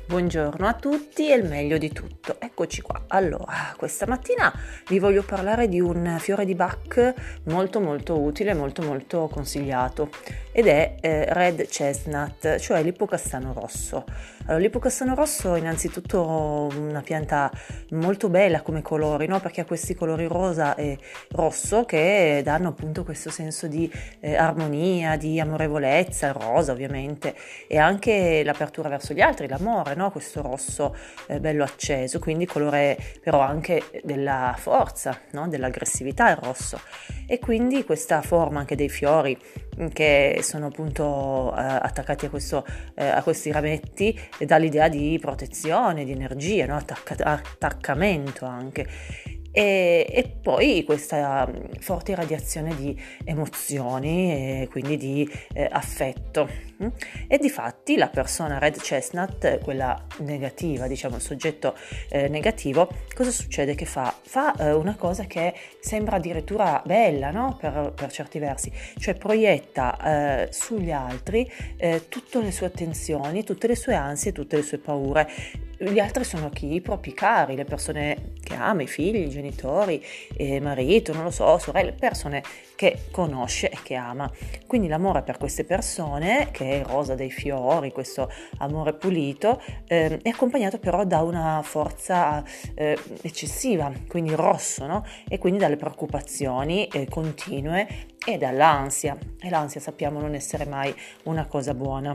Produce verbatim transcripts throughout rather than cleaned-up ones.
Buongiorno a tutti e il meglio di tutto. Eccoci qua. Allora, questa mattina vi voglio parlare di un fiore di Bach molto molto utile, molto molto consigliato ed è eh, Red Chestnut, cioè l'ipocastano rosso. Allora, l'ipocastano rosso è innanzitutto una pianta molto bella come colori, no? Perché ha questi colori rosa e rosso che danno appunto questo senso di eh, armonia, di amorevolezza, il rosa ovviamente, e anche l'apertura verso gli altri, l'amore, no? Questo rosso eh, bello acceso, quindi colore però anche della forza, no? Dell'aggressività il rosso, e quindi questa forma anche dei fiori che sono appunto eh, attaccati a, questo, eh, a questi rametti dà l'idea di protezione, di energia, no? Attacca- attaccamento anche. E, e poi questa forte irradiazione di emozioni e quindi di eh, affetto. E difatti la persona Red Chestnut, quella negativa, diciamo il soggetto eh, negativo, cosa succede che fa? Fa eh, una cosa che sembra addirittura bella, no? Per, per certi versi, cioè proietta eh, sugli altri eh, tutte le sue attenzioni, tutte le sue ansie, tutte le sue paure. Gli altri sono chi? I propri cari, le persone che ama, i figli, i genitori, eh, marito, non lo so, sorelle, persone che conosce e che ama. Quindi l'amore per queste persone, che è il rosa dei fiori, questo amore pulito, eh, è accompagnato però da una forza eh, eccessiva, quindi rosso, no? E quindi dalle preoccupazioni eh, continue e dall'ansia. E l'ansia sappiamo non essere mai una cosa buona.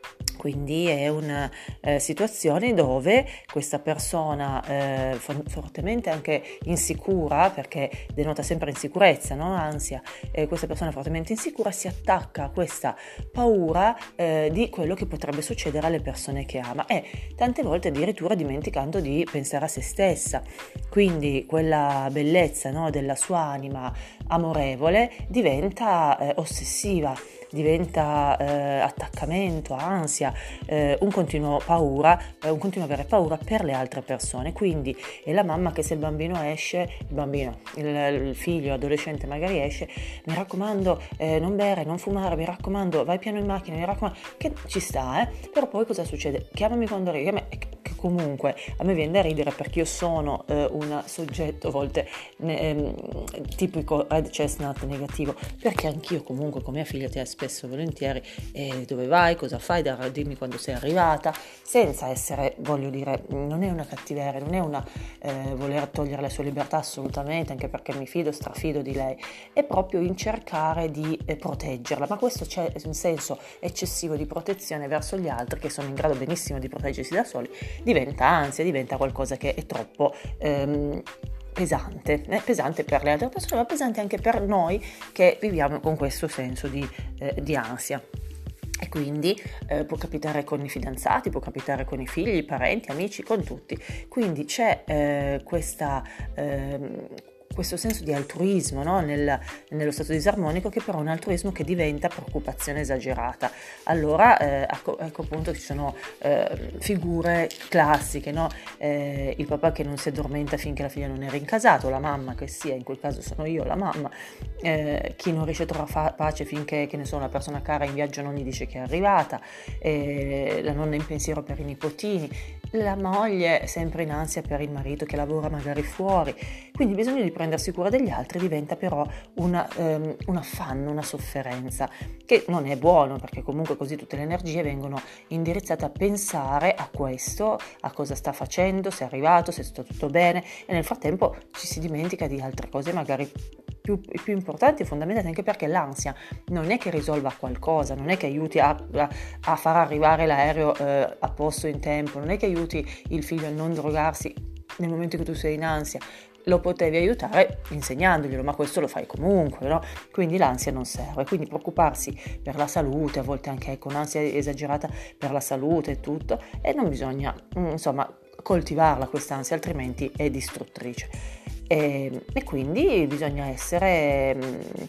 Quindi è una eh, situazione dove questa persona eh, for- fortemente anche insicura, perché denota sempre insicurezza, no? Ansia, eh, questa persona fortemente insicura si attacca a questa paura eh, di quello che potrebbe succedere alle persone che ama e tante volte addirittura dimenticando di pensare a se stessa. Quindi quella bellezza, no, della sua anima amorevole diventa eh, ossessiva, diventa eh, attaccamento, ansia, eh, un continuo paura, eh, un continuo avere paura per le altre persone. Quindi è la mamma che se il bambino esce, il bambino, il, il figlio adolescente magari esce, mi raccomando eh, non bere, non fumare, mi raccomando vai piano in macchina, mi raccomando, che ci sta, eh? Però poi cosa succede? Chiamami quando arrivi, a me, che comunque a me viene da ridere perché io sono eh, un soggetto a volte ne, tipico Red Chestnut negativo, perché anch'io comunque con mia figlia ti spesso e volentieri eh, dove vai, cosa fai, da, dimmi quando sei arrivata, senza essere, voglio dire, non è una cattiveria, non è una eh, voler togliere la sua libertà assolutamente, anche perché mi fido, strafido di lei, è proprio in cercare di eh, proteggerla, ma questo c'è un senso eccessivo di protezione verso gli altri che sono in grado benissimo di proteggersi da soli, diventa ansia, diventa qualcosa che è troppo ehm, pesante, eh? pesante per le altre persone, ma pesante anche per noi che viviamo con questo senso di, eh, di ansia. E quindi eh, può capitare con i fidanzati, può capitare con i figli, i parenti, amici, con tutti. Quindi c'è eh, questa... Eh, questo senso di altruismo, no? Nel, nello stato disarmonico, che però è un altruismo che diventa preoccupazione esagerata. Allora eh, ecco, ecco appunto ci sono eh, figure classiche, no? Eh, il papà che non si addormenta finché la figlia non è rincasato, la mamma che sia, in quel caso sono io la mamma, eh, chi non riesce a trovare fa- pace finché, che ne so, una persona cara in viaggio non gli dice che è arrivata, eh, la nonna in pensiero per i nipotini, la moglie sempre in ansia per il marito che lavora magari fuori. Quindi il bisogno di prendersi cura degli altri diventa però una, um, un affanno, una sofferenza, che non è buono, perché comunque così tutte le energie vengono indirizzate a pensare a questo, a cosa sta facendo, se è arrivato, se sta tutto bene, e nel frattempo ci si dimentica di altre cose magari più, più importanti e fondamentali, anche perché l'ansia non è che risolva qualcosa, non è che aiuti a, a, a far arrivare l'aereo eh, a posto in tempo, non è che aiuti il figlio a non drogarsi nel momento in cui tu sei in ansia. Lo potevi aiutare insegnandoglielo, ma questo lo fai comunque, no? Quindi l'ansia non serve. Quindi preoccuparsi per la salute, a volte anche con ansia esagerata per la salute e tutto, e non bisogna, insomma, coltivarla quest'ansia, altrimenti è distruttrice. E, e quindi bisogna essere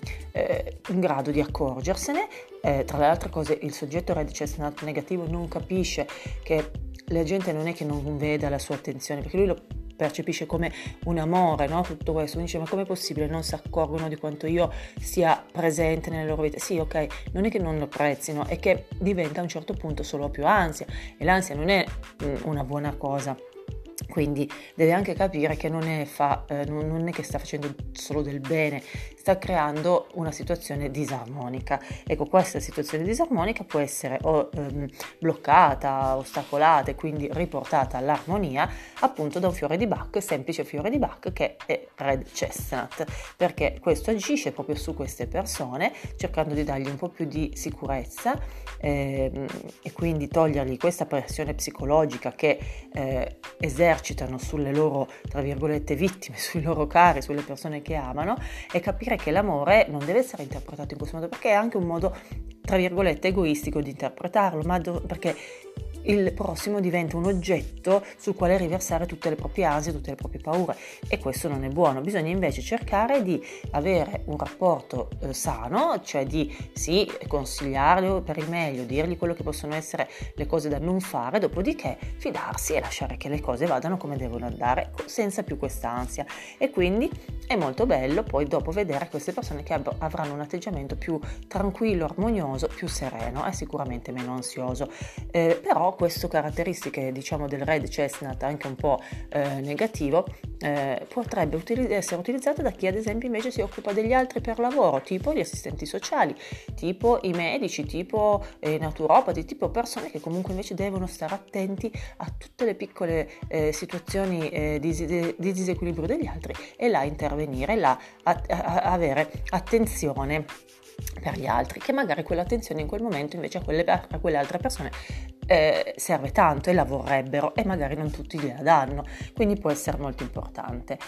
eh, in grado di accorgersene. Eh, tra le altre cose, il soggetto Red Chestnut negativo non capisce che la gente non è che non veda la sua attenzione, perché lui lo percepisce come un amore, no? Tutto questo, uno dice ma com'è possibile, non si accorgono di quanto io sia presente nelle loro vite? Sì, ok, non è che non lo apprezzino, è che diventa a un certo punto solo più ansia, e l'ansia non è mh, una buona cosa. Quindi deve anche capire che non è, fa, eh, non è che sta facendo solo del bene, sta creando una situazione disarmonica. Ecco, questa situazione disarmonica può essere o, ehm, bloccata, ostacolata e quindi riportata all'armonia appunto da un fiore di Bach, semplice fiore di Bach, che è Red Chestnut, perché questo agisce proprio su queste persone cercando di dargli un po' più di sicurezza ehm, e quindi togliergli questa pressione psicologica che eh, esercita esercitano sulle loro, tra virgolette, vittime, sui loro cari, sulle persone che amano, e capire che l'amore non deve essere interpretato in questo modo, perché è anche un modo, tra virgolette, egoistico di interpretarlo, ma do- perché il prossimo diventa un oggetto sul quale riversare tutte le proprie ansie, tutte le proprie paure, e questo non è buono. Bisogna invece cercare di avere un rapporto eh, sano, cioè di sì, consigliarlo per il meglio, dirgli quello che possono essere le cose da non fare, dopodiché fidarsi e lasciare che le cose vadano come devono andare, senza più quest'ansia. E quindi è molto bello poi dopo vedere queste persone che ab- avranno un atteggiamento più tranquillo, armonioso, più sereno e sicuramente meno ansioso. Eh, però queste caratteristiche, diciamo, del Red Chestnut, anche un po' eh, negativo, eh, potrebbe utili- essere utilizzata da chi ad esempio invece si occupa degli altri per lavoro, tipo gli assistenti sociali, tipo i medici, tipo i eh, naturopati, tipo persone che comunque invece devono stare attenti a tutte le piccole eh, situazioni eh, di, di, di disequilibrio degli altri, e là intervenire, là a, a, a avere attenzione per gli altri, che magari quell'attenzione in quel momento invece a quelle, a quelle altre persone eh, serve tanto e la vorrebbero, e magari non tutti gliela danno, quindi può essere molto importante.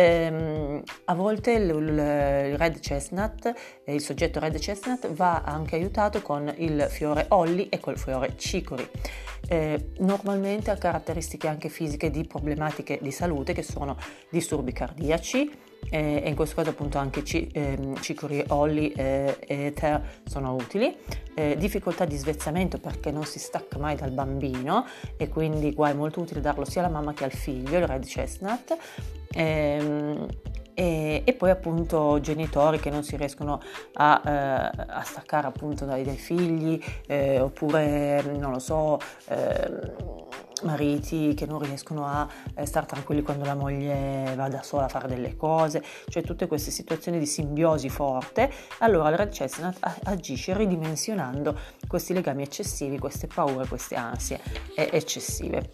Ehm, a volte il, il Red Chestnut, eh, il soggetto Red Chestnut va anche aiutato con il fiore Holly e col fiore Cicori. Eh, normalmente ha caratteristiche anche fisiche di problematiche di salute, che sono disturbi cardiaci, eh, e in questo caso appunto anche ci, ehm, Cicori, Holly eh, e Ether sono utili, eh, difficoltà di svezzamento perché non si stacca mai dal bambino, e quindi qua è molto utile darlo sia alla mamma che al figlio, il Red Chestnut. ehm, E, e poi appunto genitori che non si riescono a, eh, a staccare appunto dai, dai figli, eh, oppure non lo so, eh, mariti che non riescono a eh, stare tranquilli quando la moglie va da sola a fare delle cose, cioè tutte queste situazioni di simbiosi forte. Allora il Red Chestnut agisce ridimensionando questi legami eccessivi, queste paure, queste ansie eccessive.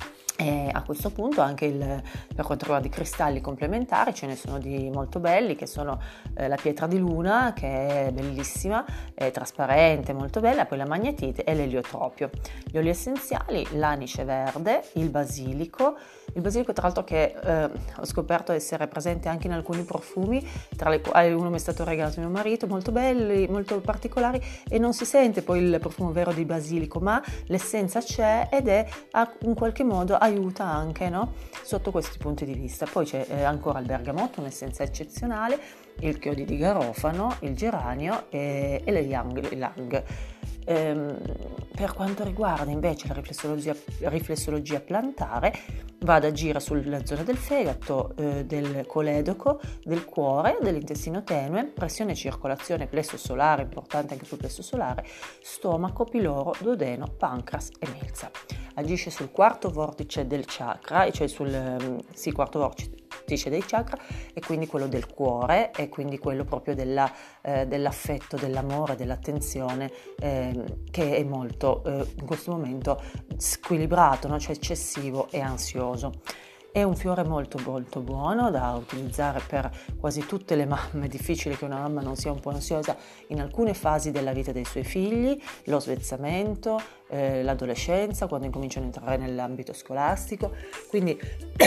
E a questo punto anche il, per quanto riguarda i cristalli complementari, ce ne sono di molto belli, che sono eh, la pietra di luna, che è bellissima, è trasparente, molto bella, poi la magnetite e l'eliotropio. Gli oli essenziali, l'anice verde, il basilico, il basilico tra l'altro che eh, ho scoperto essere presente anche in alcuni profumi, tra le quali uno mi è stato regalato mio marito, molto belli, molto particolari, e non si sente poi il profumo vero di basilico, ma l'essenza c'è ed è in qualche modo aiuta anche, no? Sotto questi punti di vista. Poi c'è eh, ancora il bergamotto, un'essenza eccezionale, il chiodi di garofano, il geranio e, e le ylang ylang. Ehm, per quanto riguarda invece la riflessologia, riflessologia plantare, va ad agire sulla zona del fegato, eh, del coledoco, del cuore, dell'intestino tenue, pressione e circolazione, plesso solare, importante anche sul plesso solare, stomaco, piloro, duodeno, pancreas e milza. Agisce sul quarto vortice del chakra, cioè sul sì, quarto vortice dei chakra, e quindi quello del cuore, e quindi quello proprio della, eh, dell'affetto, dell'amore, dell'attenzione, eh, che è molto eh, in questo momento squilibrato, no? Cioè eccessivo e ansioso. È un fiore molto molto buono da utilizzare per quasi tutte le mamme. È difficile che una mamma non sia un po' ansiosa in alcune fasi della vita dei suoi figli, lo svezzamento, eh, l'adolescenza, quando incominciano a entrare nell'ambito scolastico, quindi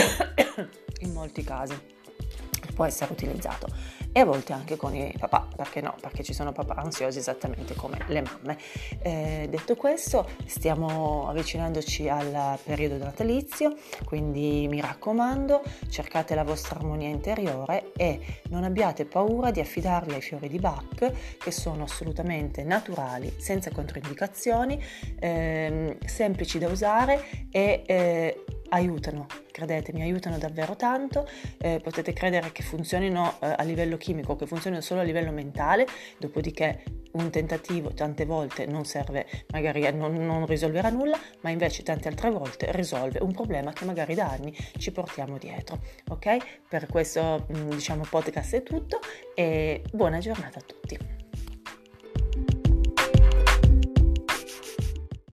in molti casi può essere utilizzato, e a volte anche con i papà, perché no? Perché ci sono papà ansiosi esattamente come le mamme. Eh, detto questo, stiamo avvicinandoci al periodo natalizio, quindi mi raccomando, cercate la vostra armonia interiore e non abbiate paura di affidarvi ai fiori di Bach, che sono assolutamente naturali, senza controindicazioni, ehm, semplici da usare e eh, aiutano, credetemi, aiutano davvero tanto. Eh, potete credere che funzionino eh, a livello chimico, che funzionino solo a livello mentale, dopodiché un tentativo tante volte non serve, magari non, non risolverà nulla, ma invece tante altre volte risolve un problema che magari da anni ci portiamo dietro. Ok? Per questo diciamo podcast è tutto e buona giornata a tutti.